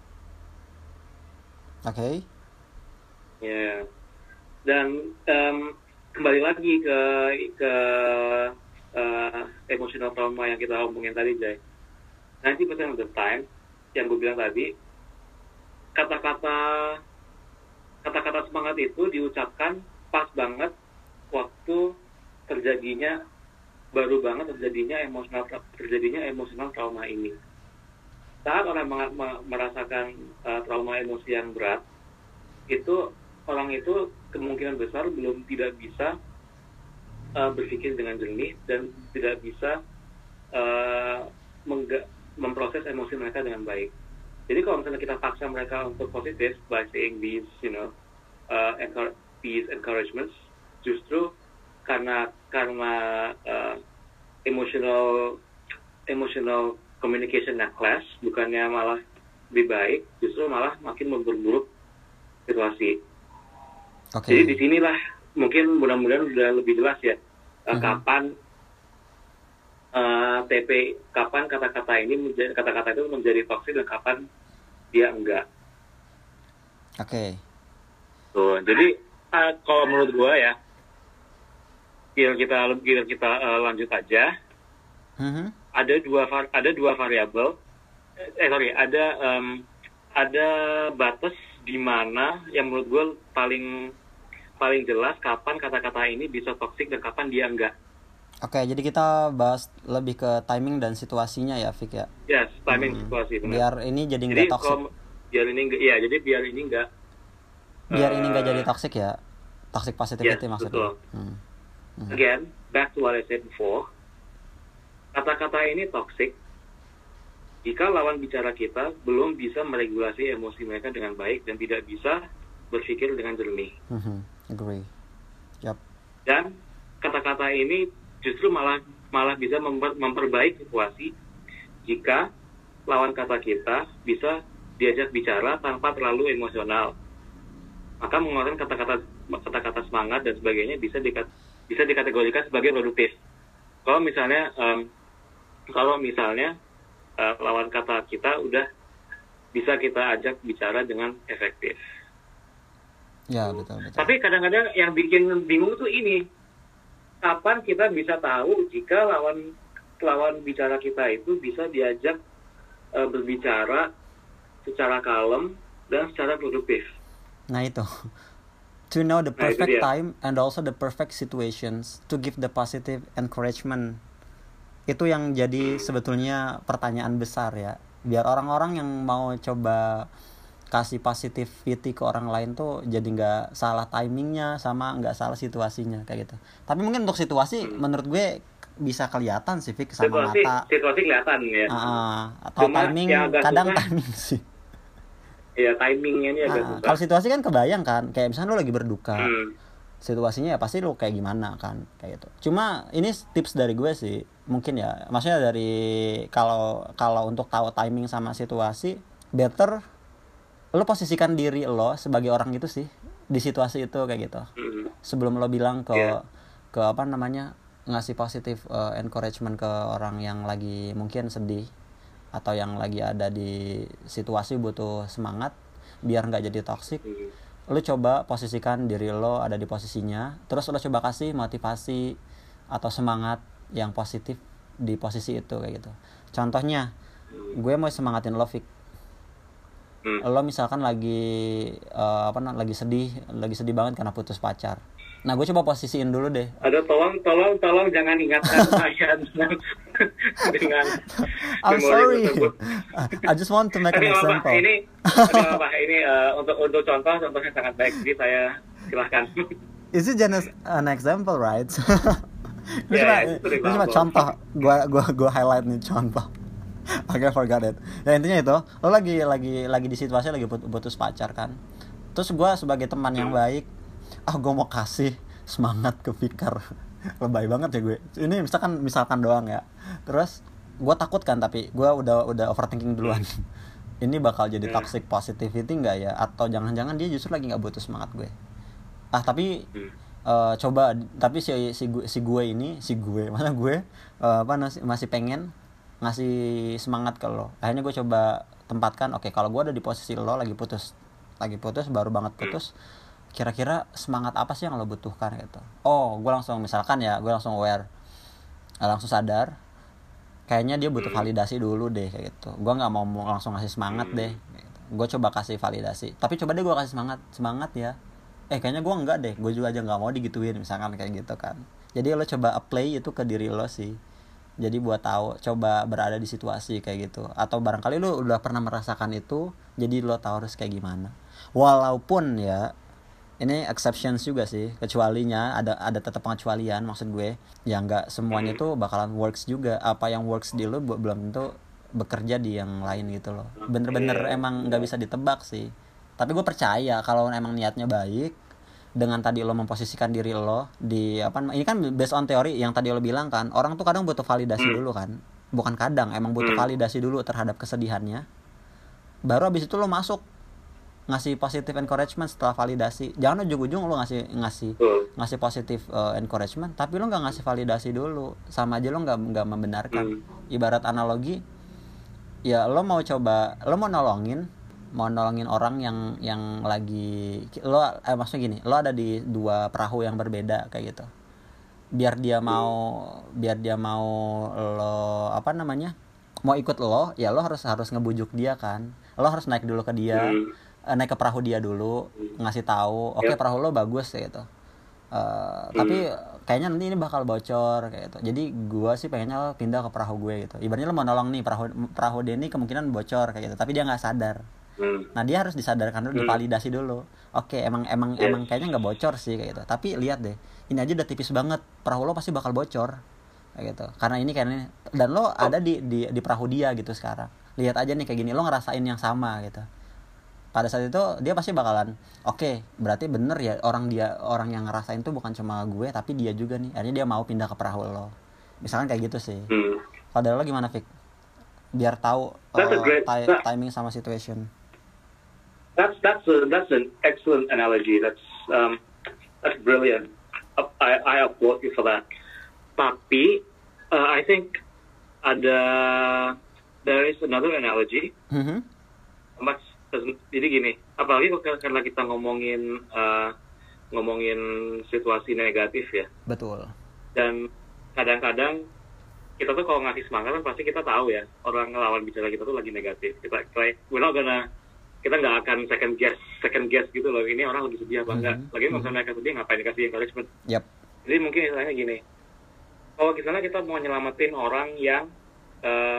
Oke. Okay. Ya. Yeah. Dan um, kembali lagi ke ke uh, emotional trauma yang kita omongin tadi, Jay. ninety percent of the time, yang gue bilang tadi, kata-kata kata-kata semangat itu diucapkan pas banget waktu terjadinya baru banget terjadinya emosional terjadinya emosional trauma ini. Saat orang merasakan uh, trauma emosi yang berat, itu orang itu kemungkinan besar belum tidak bisa uh, berpikir dengan jernih dan tidak bisa uh, mengga- memproses emosi mereka dengan baik. Jadi kalau misalnya kita paksa mereka untuk positif by saying these, you know, uh, encourage, these encouragements, justru karena karena uh, emotional emotional communication yang clash, bukannya malah lebih baik, justru malah makin memperburuk situasi. Okay. Jadi di sinilah mungkin mudah-mudahan sudah lebih jelas ya uh, uh-huh. kapan Uh, T P kapan kata-kata ini menjadi, kata-kata itu menjadi toksik dan kapan dia enggak. Oke. Okay. Tuh, jadi uh, kalau menurut gua ya, biar kita biar kita uh, lanjut aja. Uh-huh. Ada dua ada dua variabel. Eh sorry, ada um, ada batas di mana yang menurut gua paling paling jelas kapan kata-kata ini bisa toksik dan kapan dia enggak. Oke, jadi kita bahas lebih ke timing dan situasinya ya, Fik ya. Yes, timing hmm. situasi. Benar. Biar ini jadi nggak toksik. Biar ini enggak, ya, jadi biar ini enggak. Biar uh, ini nggak jadi toksik ya, toxic positivity yes, maksudnya. Betul. Hmm. Hmm. Again, back to what I said before. Kata-kata ini toxic jika lawan bicara kita belum bisa meregulasi emosi mereka dengan baik dan tidak bisa berpikir dengan jernih. Mm-hmm. Agree. Yep. Dan kata-kata ini justru malah malah bisa memper, memperbaiki situasi jika lawan kata kita bisa diajak bicara tanpa terlalu emosional. Maka mengeluarkan kata-kata kata-kata semangat dan sebagainya bisa dikat, bisa dikategorikan sebagai produktif. Kalau misalnya um, kalau misalnya uh, lawan kata kita udah bisa kita ajak bicara dengan efektif. Ya, betul betul. Tapi kadang-kadang yang bikin bingung tuh ini. Kapan kita bisa tahu jika lawan lawan bicara kita itu bisa diajak uh, berbicara secara kalem dan secara produktif. Nah itu, to know the perfect nah, time and also the perfect situations to give the positive encouragement, itu yang jadi sebetulnya pertanyaan besar ya. Biar orang-orang yang mau coba kasih positivity ke orang lain tuh jadi nggak salah timingnya sama nggak salah situasinya kayak gitu. Tapi mungkin untuk situasi hmm. menurut gue bisa kelihatan sih Fik sama situasi, mata. Situasi kelihatan ya. Uh, atau Cuma timing kadang susah. Timing sih. Iya timingnya ini agak uh, susah. Kalau situasi kan kebayang kan, kayak misalnya lo lagi berduka, hmm. situasinya ya pasti lu kayak gimana kan kayak gitu. Cuma ini tips dari gue sih mungkin ya, maksudnya dari kalau kalau untuk tahu timing sama situasi, better lo posisikan diri lo sebagai orang itu sih di situasi itu kayak gitu. Sebelum lo bilang ke yeah. ke apa namanya ngasih positif uh, encouragement ke orang yang lagi mungkin sedih atau yang lagi ada di situasi butuh semangat biar nggak jadi toksik. Lo coba posisikan diri lo ada di posisinya, terus lo coba kasih motivasi atau semangat yang positif di posisi itu kayak gitu. Contohnya, gue mau semangatin lo, Fik. Hmm. Lo misalkan lagi uh, apa lagi sedih, lagi sedih banget karena putus pacar. Nah, gue coba posisiin dulu deh. Aduh, tolong, tolong, tolong jangan ingatkan saya dengan I'm sorry. I just want to make an example. Ini, apa, ini uh, untuk untuk contoh, contohnya sangat baik. Jadi saya silahkan. Is it just an example, right? Ini yeah, cuma, ini cuma contoh. Gua gua gua highlight nih contoh. Oke, okay, forgot it. Ya intinya itu, lo lagi lagi lagi di situasi lagi putus pacar kan. Terus gue sebagai teman yang baik, ah gue mau kasih semangat ke Fikar. Lebay banget ya gue. Ini misalkan misalkan doang ya. Terus gue takut kan, tapi gue udah udah overthinking duluan. Ini bakal jadi toxic positivity nggak ya? Atau jangan-jangan dia justru lagi nggak butuh semangat gue. Ah tapi uh, coba, tapi si si gue si gue ini si gue mana gue uh, apa masih pengen ngasih semangat ke lo. Akhirnya gue coba tempatkan, oke okay, kalau gue ada di posisi lo lagi putus lagi putus baru banget putus, kira-kira semangat apa sih yang lo butuhkan gitu. Oh, gue langsung misalkan ya, gue langsung aware, langsung sadar, kayaknya dia butuh validasi dulu deh kayak gitu. Gue nggak mau langsung ngasih semangat deh. Gitu. Gue coba kasih validasi. Tapi coba deh gue kasih semangat, semangat ya. Eh kayaknya gue enggak deh, gue juga aja nggak mau digituin misalkan kayak gitu kan. Jadi lo coba apply itu ke diri lo sih. Jadi buat tahu, coba berada di situasi kayak gitu. Atau barangkali lo udah pernah merasakan itu, jadi lo tahu harus kayak gimana. Walaupun ya ini exceptions juga sih, kecualinya ada ada tetap pengecualian maksud gue, yang nggak semuanya tuh bakalan works juga. Apa yang works di lo belum tentu bekerja di yang lain gitu loh. Bener-bener emang nggak bisa ditebak sih. Tapi gue percaya kalau emang niatnya baik, dengan tadi lo memposisikan diri lo di apa, ini kan based on teori yang tadi lo bilang kan, orang tuh kadang butuh validasi dulu kan, bukan kadang, emang butuh validasi dulu terhadap kesedihannya, baru abis itu lo masuk ngasih positive encouragement setelah validasi. Jangan ujung-ujung lo ngasih ngasih ngasih positive uh, encouragement tapi lo nggak ngasih validasi dulu, sama aja lo nggak nggak membenarkan. Ibarat analogi ya, lo mau coba, lo mau nolongin mau nolongin orang yang yang lagi lo eh, maksudnya gini, lo ada di dua perahu yang berbeda kayak gitu. Biar dia mau biar dia mau lo apa namanya mau ikut lo, ya lo harus harus ngebujuk dia kan. Lo harus naik dulu ke dia, hmm. naik ke perahu dia dulu, ngasih tahu, oke okay, perahu lo bagus kayak gitu. Uh, hmm. Tapi kayaknya nanti ini bakal bocor kayak gitu. Jadi gue sih pengennya lo pindah ke perahu gue gitu. Ibaratnya lo mau nolong nih, perahu perahu dia ini kemungkinan bocor kayak gitu, tapi dia nggak sadar. Hmm. Nah dia harus disadarkan dulu, hmm. divalidasi dulu. Oke, emang emang yeah. emang kayaknya nggak bocor sih kayak gitu. Tapi lihat deh, ini aja udah tipis banget, perahu lo pasti bakal bocor kayak gitu. Karena ini kayaknya, dan lo oh. ada di di di perahu dia gitu sekarang. Lihat aja nih kayak gini, lo ngerasain yang sama gitu. Pada saat itu dia pasti bakalan, oke, okay, berarti bener ya orang dia orang yang ngerasain tuh bukan cuma gue, tapi dia juga nih. Akhirnya dia mau pindah ke perahu lo. Misalkan kayak gitu sih. Hmm. Kalau dari lo gimana, Fik? Biar tahu uh, great, t- timing sama situation. That's that's a, that's an excellent analogy. That's um that's brilliant. I I applaud you for that. Tapi uh, I think ada there is another analogy. Mm-hmm. Mas, jadi gini, apalagi karena kita ngomongin uh, ngomongin situasi negatif ya. Betul. Dan kadang-kadang kita tuh kalau ngasih semangat kan pasti kita tahu ya orang lawan bicara kita tuh lagi negatif. Kita kayak we're not gonna kita nggak akan second guess second guess gitu loh, ini orang lagi sedih apa enggak. Mm-hmm. Lagi kalau misalnya mereka sedih ngapain dikasih encouragement. Yep. Jadi mungkin misalnya gini, kalau misalnya kita mau nyelamatin orang yang uh,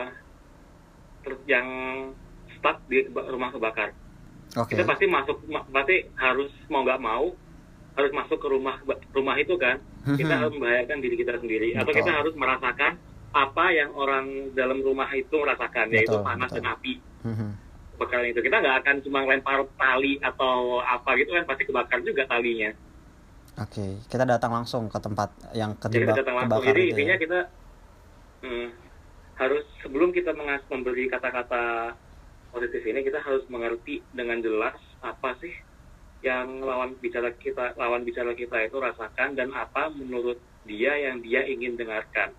ter- yang stuck di rumah kebakar, okay. kita pasti masuk pasti harus mau nggak mau harus masuk ke rumah rumah itu kan. Mm-hmm. Kita harus membahayakan diri kita sendiri. Betul. Atau kita harus merasakan apa yang orang dalam rumah itu merasakan, betul, yaitu panas betul. Dan api. Mm-hmm. Kebakaran itu kita nggak akan cuma lempar tali atau apa gitu kan, pasti kebakar juga talinya. Oke, kita datang langsung ke tempat yang Jadi kedibak kita datang langsung. kebakar Jadi itu intinya ya. kita hmm, harus sebelum kita mengas memberi kata-kata positif ini, kita harus mengerti dengan jelas apa sih yang lawan bicara kita lawan bicara kita itu rasakan dan apa menurut dia yang dia ingin dengarkan.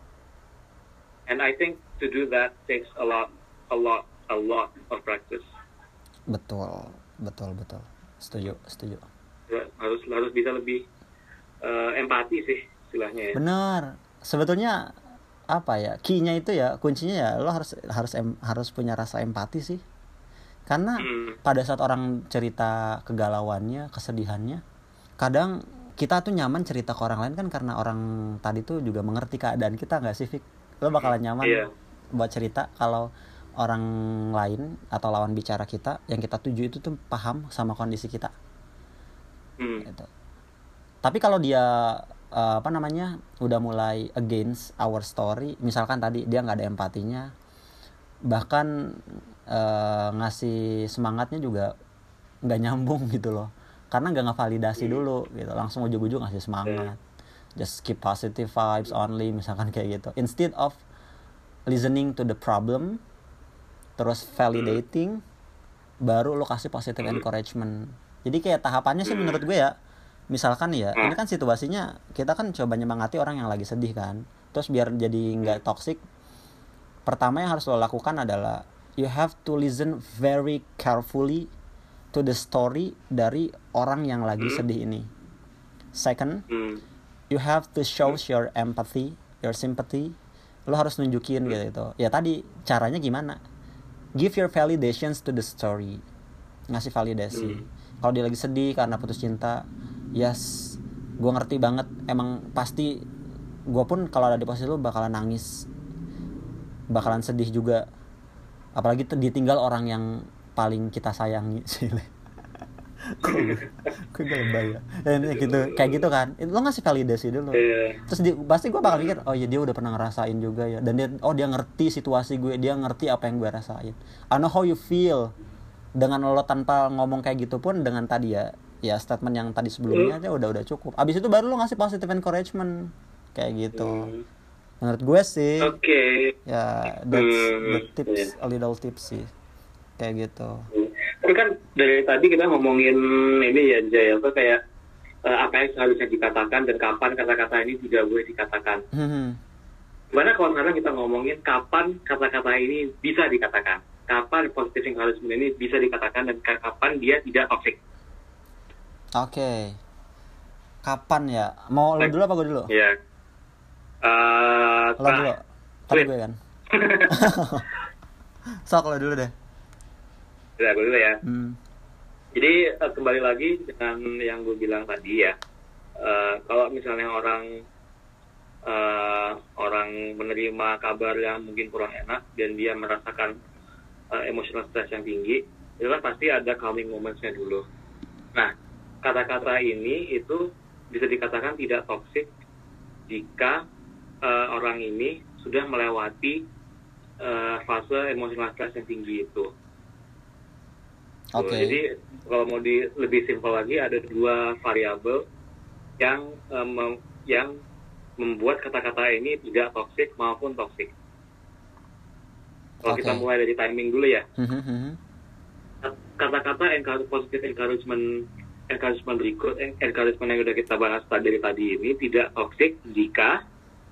And I think to do that takes a lot, a lot, a lot of practice. Betul, betul, betul. Setuju, setuju. Harus harus bisa lebih uh, empati sih istilahnya ya. Benar. Sebetulnya apa ya? Key-nya itu ya, kuncinya ya lo harus harus em, harus punya rasa empati sih. Karena hmm. pada saat orang cerita kegalauannya, kesedihannya, kadang kita tuh nyaman cerita ke orang lain kan karena orang tadi tuh juga mengerti keadaan kita, nggak sih, Fik? Lo bakalan nyaman yeah. buat cerita kalau orang lain atau lawan bicara kita yang kita tuju itu tuh paham sama kondisi kita. Hmm. Gitu. Tapi kalau dia uh, apa namanya udah mulai against our story, misalkan tadi dia nggak ada empatinya, bahkan uh, ngasih semangatnya juga nggak nyambung gitu loh, karena nggak ngevalidasi hmm. dulu gitu, langsung ujug-ujug ngasih semangat, just keep positive vibes only misalkan kayak gitu, instead of listening to the problem terus validating, baru lo kasih positive encouragement. Jadi kayak tahapannya sih menurut gue ya, misalkan ya, ini kan situasinya kita kan coba nyemangati orang yang lagi sedih kan, terus biar jadi nggak toxic, pertama yang harus lo lakukan adalah you have to listen very carefully to the story dari orang yang lagi sedih ini. Second, you have to show your empathy, your sympathy. Lo harus nunjukin gitu. Ya tadi caranya gimana? Give your validations to the story. Ngasih validasi. Kalau dia lagi sedih karena putus cinta, yes, gue ngerti banget. Emang pasti gue pun kalau ada di posisi lo bakalan nangis, bakalan sedih juga. Apalagi ditinggal orang yang paling kita sayangi sih. Kok gue lebay ya. Ya gitu, kayak gitu kan. Lo ngasih validasi dulu. Terus di, pasti gue bakal mikir, oh ya dia udah pernah ngerasain juga ya. Dan dia, oh dia ngerti situasi gue, dia ngerti apa yang gue rasain. I know how you feel. Dengan lo tanpa ngomong kayak gitu pun, dengan tadi ya, ya statement yang tadi sebelumnya aja udah udah cukup. Abis itu baru lo ngasih positive encouragement kayak gitu. Hmm. Menurut gue sih. Oke. Okay. Ya, that's hmm. the tips, yeah. a little tips sih. Kayak gitu. Hmm. Tapi kan dari tadi kita ngomongin ini ya, Jay, apa kayak uh, apa yang seharusnya dikatakan dan kapan kata-kata ini tidak boleh dikatakan. Hmm. Gimana kalau sekarang kita ngomongin kapan kata-kata ini bisa dikatakan? Kapan positive encouragement ini bisa dikatakan dan kapan dia tidak toxic? Oke. Okay. Kapan ya? Mau lo dulu apa gue dulu? Iya. Uh, lo dulu. Tapi gue kan. Sok lo dulu deh. Ya, gue dulu ya. Hmm. Jadi uh, kembali lagi dengan yang gue bilang tadi ya. Uh, kalau misalnya orang uh, orang menerima kabar yang mungkin kurang enak dan dia merasakan Uh, emotional stress yang tinggi, itu kan pasti ada calming moments-nya dulu. Nah, kata-kata ini itu bisa dikatakan tidak toxic jika uh, orang ini sudah melewati uh, fase emotional stress yang tinggi itu. Oke. Okay. So, jadi kalau mau di lebih simpel lagi, ada dua variabel yang um, yang membuat kata-kata ini tidak toxic maupun toxic. Kalau okay. kita mulai dari timing dulu ya. Mm-hmm. Kata-kata encourage, positive encouragement, encouragement berikut, encouragement yang sudah kita bahas dari tadi ini tidak toxic jika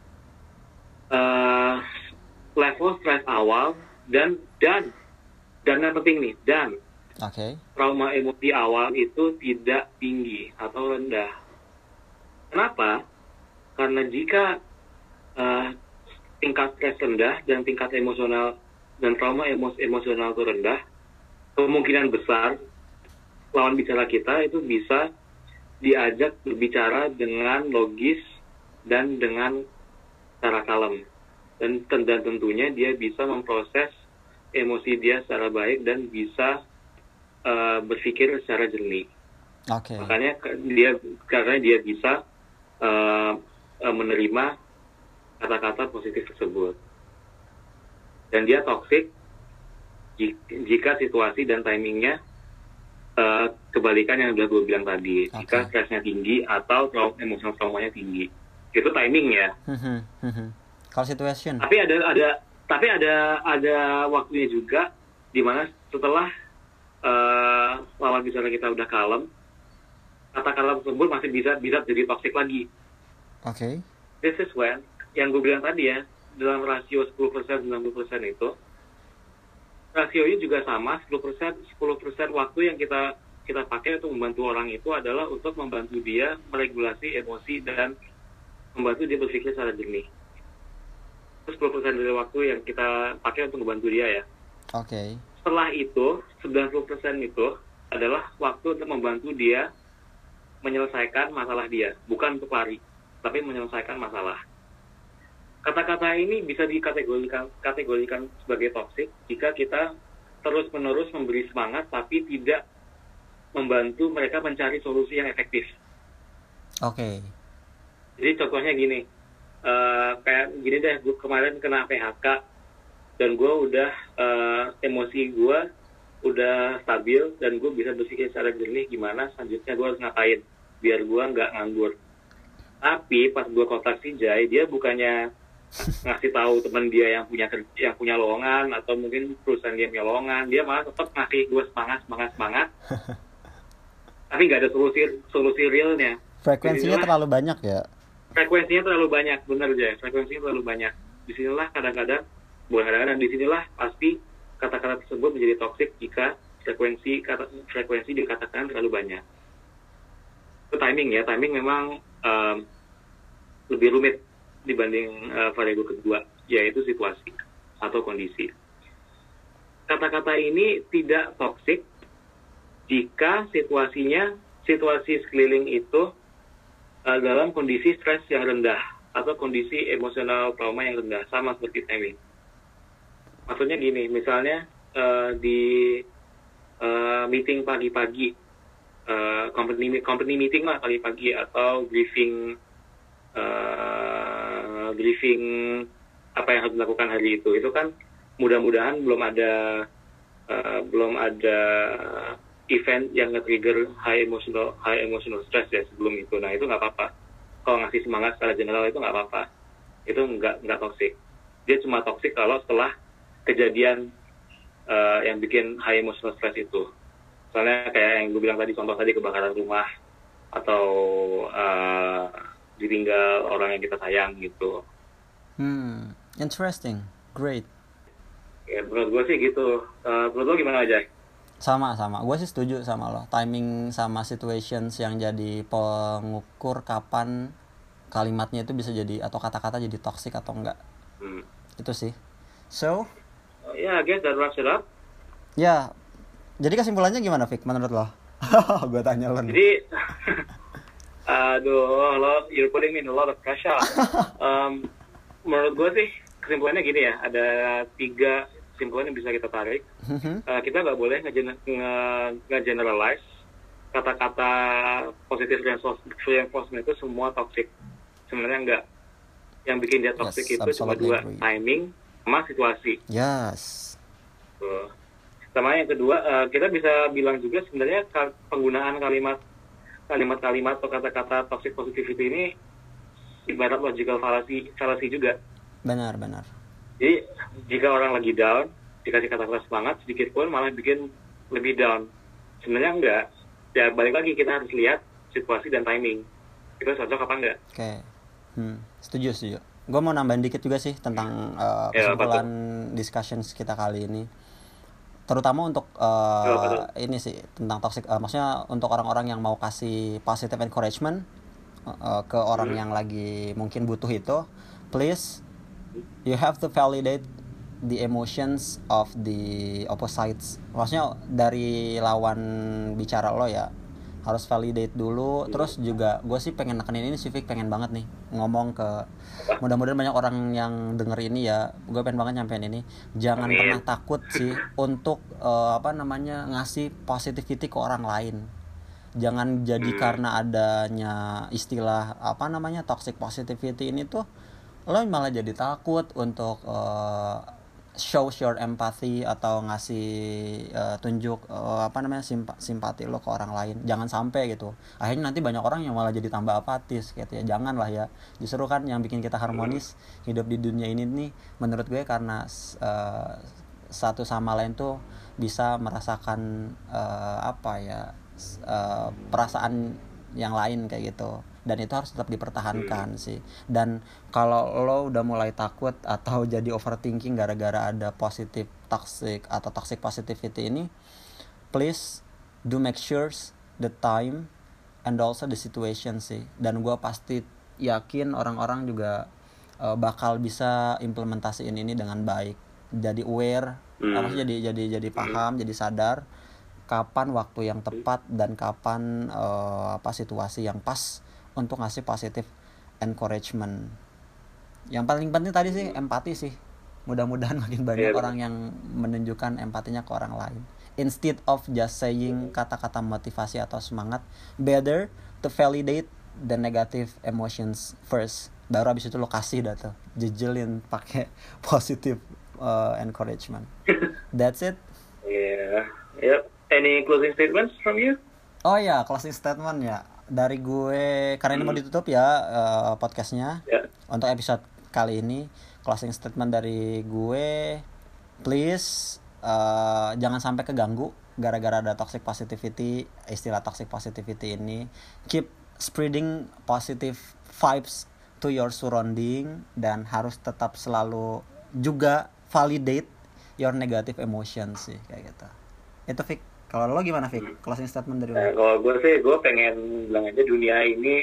uh, level stres awal dan dan dan yang penting nih dan okay. trauma emosi awal itu tidak tinggi atau rendah. Kenapa? Karena jika uh, tingkat stres rendah dan tingkat emosional dan trauma emos- emosional itu rendah, kemungkinan besar lawan bicara kita itu bisa diajak berbicara dengan logis dan dengan cara kalem. Dan, dan tentunya dia bisa memproses emosi dia secara baik dan bisa uh, berpikir secara jernih. Okay. Makanya dia karena dia bisa uh, uh, menerima kata-kata positif tersebut. Dan dia toksik jika situasi dan timingnya uh, kebalikan yang udah gue bilang tadi. Okay. Jika stresnya tinggi atau traum- emosional traumanya tinggi, itu timing ya. Kalau situation. Tapi ada ada tapi ada ada waktunya juga di mana setelah uh, lawan bicara kita udah kalem, kata kalem tersebut masih bisa bisa jadi toxic lagi. Oke. Okay. This is when yang gue bilang tadi ya, dalam rasio sepuluh persen sembilan puluh persen itu rasionya juga sama, sepuluh persen sepuluh persen waktu yang kita kita pakai untuk membantu orang itu adalah untuk membantu dia meregulasi emosi dan membantu dia berpikir secara jernih. sepuluh persen dari waktu yang kita pakai untuk membantu dia ya. Oke. Okay. Setelah itu, sembilan puluh persen itu adalah waktu untuk membantu dia menyelesaikan masalah dia. Bukan untuk lari, tapi menyelesaikan masalah. Kata-kata ini bisa dikategorikan kategorikan sebagai toksik jika kita terus-menerus memberi semangat tapi tidak membantu mereka mencari solusi yang efektif. Oke. Okay. Jadi contohnya gini, uh, kayak gini deh, gue kemarin kena P H K dan gue udah uh, emosi gue udah stabil dan gue bisa berpikir secara jernih gimana selanjutnya gue harus ngapain biar gue nggak nganggur. Tapi pas gue kontak si Jai, dia bukannya ngasih tahu teman dia yang punya yang punya lowongan atau mungkin perusahaan dia punya lowongan, dia malah tetap ngasih gue semangat semangat semangat. Tapi nggak ada solusi solusi realnya. Frekuensinya disinilah, terlalu banyak ya. Frekuensinya terlalu banyak, benar aja. Frekuensinya terlalu banyak. Disinilah kadang-kadang, bukan kadang-kadang, disinilah pasti kata-kata tersebut menjadi toksik jika frekuensi kata frekuensi dikatakan terlalu banyak. Itu timing ya, timing memang um, lebih rumit dibanding uh, variabel kedua, yaitu situasi atau kondisi. Kata-kata ini tidak toksik jika situasinya, situasi sekeliling itu uh, dalam kondisi stres yang rendah atau kondisi emosional trauma yang rendah, sama seperti timing. Maksudnya gini, misalnya uh, di uh, meeting pagi-pagi, uh, company company meeting lah pagi-pagi atau briefing uh, briefing apa yang harus dilakukan hari itu, itu kan mudah-mudahan belum ada uh, belum ada event yang nge-trigger high emotional high emotional stress ya sebelum itu. Nah itu nggak apa-apa. Kalau ngasih semangat secara general itu nggak apa-apa. Itu nggak nggak toksik. Dia cuma toksik kalau setelah kejadian uh, yang bikin high emotional stress itu. Soalnya kayak yang gue bilang tadi, contoh tadi kebakaran rumah atau uh, ditinggal orang yang kita sayang gitu. Hmm, interesting, great. Ya, menurut gue sih gitu. Uh, menurut lo gimana aja? Sama-sama, gue sih setuju sama lo. Timing sama situations yang jadi pengukur kapan kalimatnya itu bisa jadi atau kata-kata jadi toxic atau enggak. Hmm. Itu sih. So, ya, yeah, I guess that wraps it up. Ya, jadi kesimpulannya gimana, Fik, menurut lo? Gue tanya lo nih. Jadi, aduh, lo, you're putting me in a lot of pressure. um, menurut gue sih, kesimpulannya gini ya, ada tiga kesimpulan yang bisa kita tarik. uh, kita nggak boleh nge-generalize kata-kata positive reinforcement itu semua toxic. Sebenarnya enggak. Yang bikin dia toxic yes, itu cuma dua, agree. Timing sama situasi. Yes. Uh, sama yang kedua, uh, kita bisa bilang juga sebenarnya penggunaan kalimat kalimat-kalimat atau kata-kata toxic positivity ini ibarat logical fallacy, fallacy juga. Benar, benar. Jadi jika orang lagi down, dikasih kata-kata semangat sedikit pun malah bikin lebih down. Sebenarnya enggak. Ya balik lagi kita harus lihat situasi dan timing. Itu cocok apa enggak? Oke. Okay. Hmm, setuju, setuju. Gue mau nambahin dikit juga sih tentang uh, kesimpulan ya, discussions kita kali ini. Terutama untuk uh, ya, ini sih tentang toxic. Uh, maksudnya untuk orang-orang yang mau kasih positive encouragement uh, ke orang hmm. yang lagi mungkin butuh itu, please. You have to validate the emotions of the opposites. Maksudnya dari lawan bicara lo ya harus validate dulu. Terus juga gue sih pengen nekenin ini sih, Fik, pengen banget nih ngomong ke mudah-mudahan banyak orang yang denger ini ya. Gue pengen banget nyampein ini. Jangan Amin. Pernah takut sih untuk uh, apa namanya ngasih positivity ke orang lain. Jangan jadi hmm. karena adanya istilah apa namanya toxic positivity ini tuh lo malah jadi takut untuk uh, show your empathy atau ngasih uh, tunjuk uh, apa namanya simpa, simpati lo ke orang lain. Jangan sampai gitu. Akhirnya nanti banyak orang yang malah jadi tambah apatis gitu ya. Jangan lah ya. Justru kan yang bikin kita harmonis hidup di dunia ini nih menurut gue karena uh, satu sama lain tuh bisa merasakan uh, apa ya uh, perasaan yang lain kayak gitu. Dan itu harus tetap dipertahankan sih. Dan kalau lo udah mulai takut atau jadi overthinking gara-gara ada positive toxic atau toxic positivity ini, please do make sure the time and also the situation sih. Dan gue pasti yakin orang-orang juga uh, bakal bisa implementasiin ini dengan baik. Jadi aware, hmm. apa jadi jadi jadi paham, jadi sadar kapan waktu yang tepat dan kapan uh, apa situasi yang pas untuk ngasih positive encouragement. Yang paling penting tadi sih empati sih. Mudah-mudahan makin banyak yeah, orang yang menunjukkan empatinya ke orang lain. Instead of just saying kata-kata motivasi atau semangat, better to validate the negative emotions first. Baru abis itu lo kasih dah tuh, jejelin pakai positive uh, encouragement. That's it. Yeah. Yep. Any closing statements from you? Oh ya, closing statement ya. Dari gue, karena ini hmm. mau ditutup ya uh, podcastnya yeah. Untuk episode kali ini, closing statement dari gue, please uh, jangan sampai keganggu gara-gara ada toxic positivity, istilah toxic positivity ini. Keep spreading positive vibes to your surrounding dan harus tetap selalu juga validate your negative emotions sih kayak gitu. Itu Fik. Kalau lo gimana, Fik? Closing statement dari lo? Nah, kalau gue sih, gue pengen bilang aja dunia ini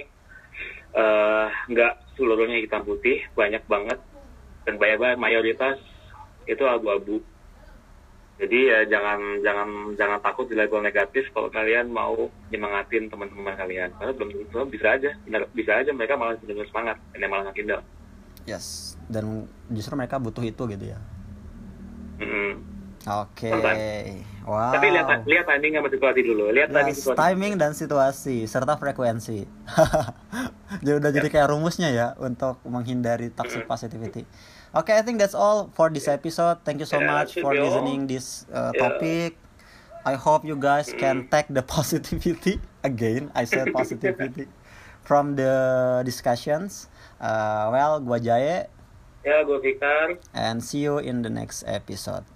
nggak uh, seluruhnya hitam putih, banyak banget. Dan banyak banget mayoritas itu abu-abu. Jadi ya jangan jangan jangan takut di label negatif kalau kalian mau nyemangatin teman-teman kalian. Karena belum tentu bisa aja, bisa aja mereka malah benar-benar semangat, dan malah makin down. Yes, dan justru mereka butuh itu gitu ya. Mm-hmm. Oke, okay. Wow. Tapi lihat lihat timing sama situasi dulu. Lihat yes, timing, timing dan situasi serta frekuensi. Jadi udah jadi kayak rumusnya ya untuk menghindari toxic positivity. Oke, okay, I think that's all for this episode. Thank you so yeah, much for listening all. this uh, yeah. topic. I hope you guys mm. can take the positivity again. I said positivity from the discussions. Uh, well, gua Jaye. Ya, gua Fikar. And see you in the next episode.